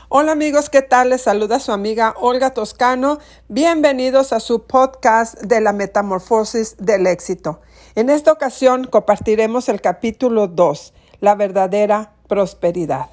Hola amigos, ¿qué tal? Les saluda su amiga Olga Toscano. Bienvenidos a su podcast de la metamorfosis del éxito. En esta ocasión compartiremos el capítulo 2, la verdadera prosperidad.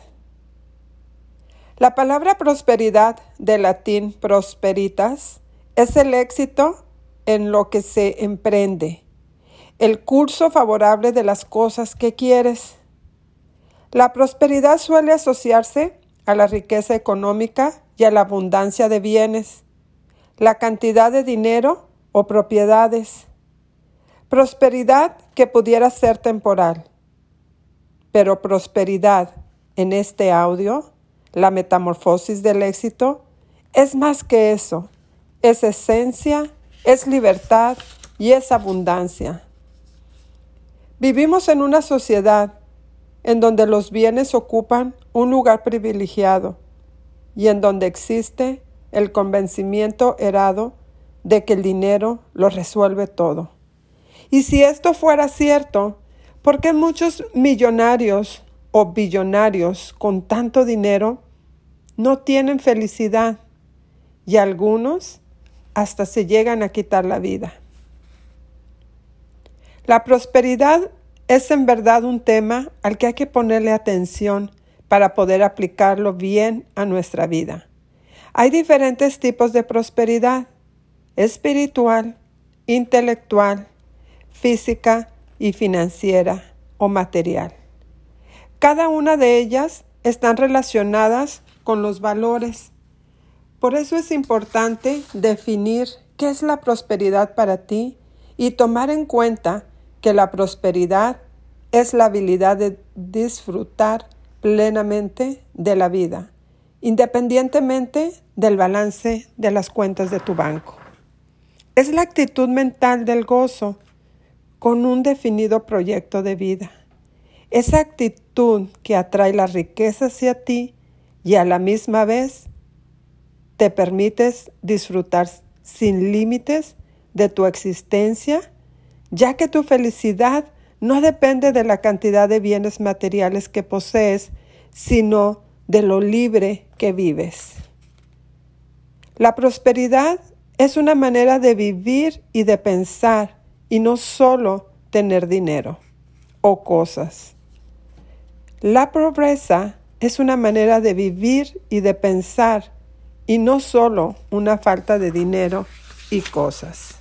La palabra prosperidad, del latín prosperitas, es el éxito en lo que se emprende, el curso favorable de las cosas que quieres. La prosperidad suele asociarse a la riqueza económica y a la abundancia de bienes, la cantidad de dinero o propiedades. Prosperidad que pudiera ser temporal. Pero prosperidad en este audio, la metamorfosis del éxito, es más que eso. Es esencia, es libertad y es abundancia. Vivimos en una sociedad en donde los bienes ocupan un lugar privilegiado y en donde existe el convencimiento errado de que el dinero lo resuelve todo. Y si esto fuera cierto, ¿por qué muchos millonarios o billonarios con tanto dinero no tienen felicidad y algunos hasta se llegan a quitar la vida? La prosperidad es en verdad un tema al que hay que ponerle atención para poder aplicarlo bien a nuestra vida. Hay diferentes tipos de prosperidad: espiritual, intelectual, física y financiera o material. Cada una de ellas están relacionadas con los valores. Por eso es importante definir qué es la prosperidad para ti y tomar en cuenta que la prosperidad es la habilidad de disfrutar plenamente de la vida, independientemente del balance de las cuentas de tu banco. Es la actitud mental del gozo con un definido proyecto de vida. Esa actitud que atrae la riqueza hacia ti y a la misma vez te permites disfrutar sin límites de tu existencia, ya que tu felicidad no depende de la cantidad de bienes materiales que posees, sino de lo libre que vives. La prosperidad es una manera de vivir y de pensar, y no solo tener dinero o cosas. La pobreza es una manera de vivir y de pensar, y no solo una falta de dinero y cosas.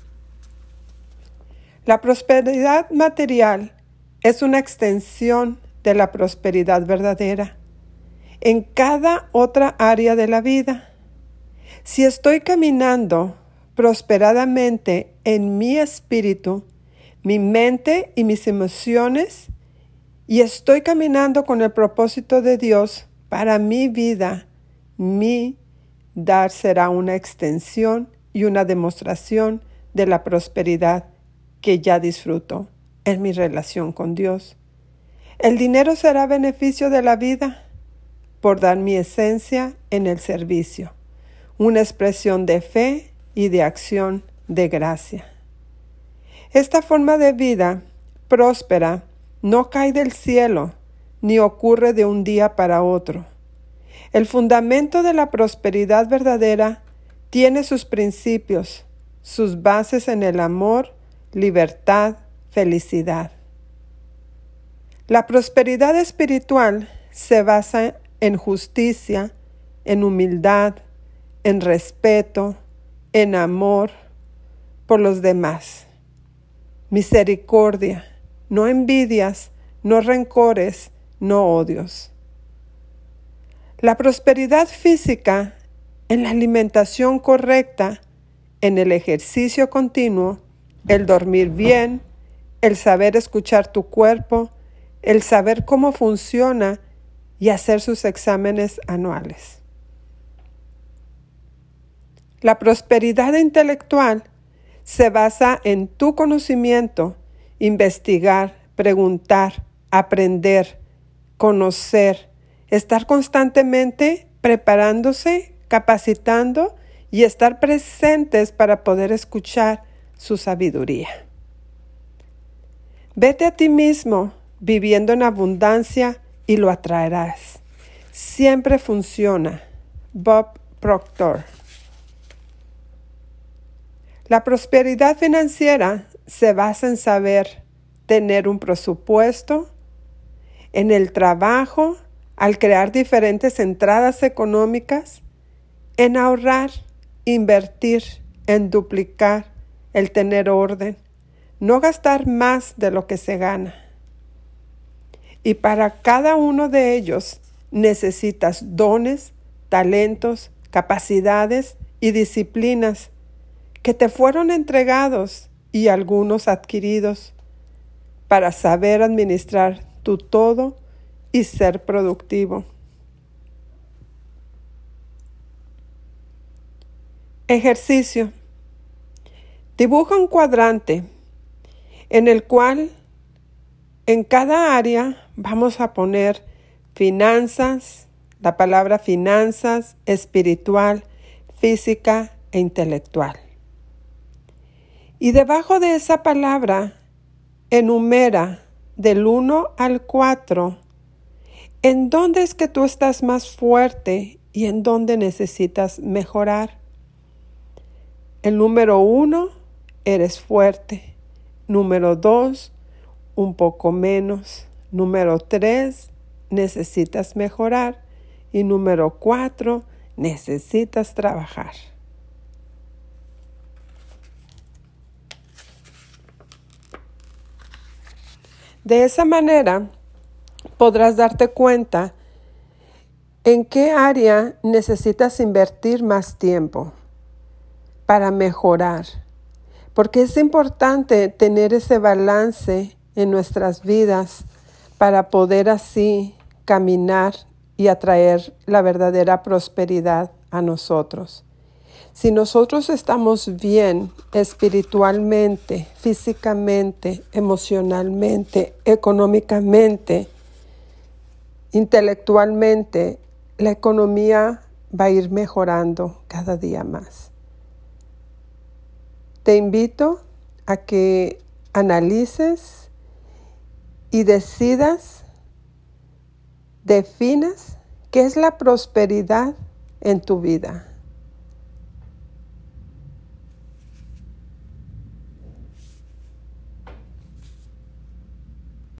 La prosperidad material es una extensión de la prosperidad verdadera en cada otra área de la vida. Si estoy caminando prosperadamente en mi espíritu, mi mente y mis emociones, y estoy caminando con el propósito de Dios para mi vida, mi dar será una extensión y una demostración de la prosperidad que ya disfruto en mi relación con Dios. El dinero será beneficio de la vida por dar mi esencia en el servicio, una expresión de fe y de acción de gracia. Esta forma de vida próspera no cae del cielo ni ocurre de un día para otro. El fundamento de la prosperidad verdadera tiene sus principios, sus bases en el amor, libertad, felicidad. La prosperidad espiritual se basa en justicia, en humildad, en respeto, en amor por los demás, misericordia, no envidias, no rencores, no odios. La prosperidad física en la alimentación correcta, en el ejercicio continuo, el dormir bien, el saber escuchar tu cuerpo, el saber cómo funciona y hacer sus exámenes anuales. La prosperidad intelectual se basa en tu conocimiento, investigar, preguntar, aprender, conocer, estar constantemente preparándose, capacitando y estar presentes para poder escuchar su sabiduría. Vete a ti mismo viviendo en abundancia y lo atraerás. siempre funciona. Bob Proctor. La prosperidad financiera se basa en saber tener un presupuesto, en el trabajo, al crear diferentes entradas económicas, en ahorrar, invertir, en duplicar, el tener orden, no gastar más de lo que se gana. Y para cada uno de ellos necesitas dones, talentos, capacidades y disciplinas que te fueron entregados y algunos adquiridos para saber administrar tu todo y ser productivo. Ejercicio. Dibuja un cuadrante en el cual en cada área vamos a poner finanzas, la palabra finanzas, espiritual, física e intelectual. Y debajo de esa palabra enumera del 1 al 4 en dónde es que tú estás más fuerte y en dónde necesitas mejorar. El número 1, eres fuerte. Número 2, un poco menos. Número 3, necesitas mejorar. Y número 4, necesitas trabajar. De esa manera podrás darte cuenta en qué área necesitas invertir más tiempo para mejorar. Porque es importante tener ese balance en nuestras vidas para poder así caminar y atraer la verdadera prosperidad a nosotros. Si nosotros estamos bien espiritualmente, físicamente, emocionalmente, económicamente, intelectualmente, la economía va a ir mejorando cada día más. Te invito a que analices y definas qué es la prosperidad en tu vida.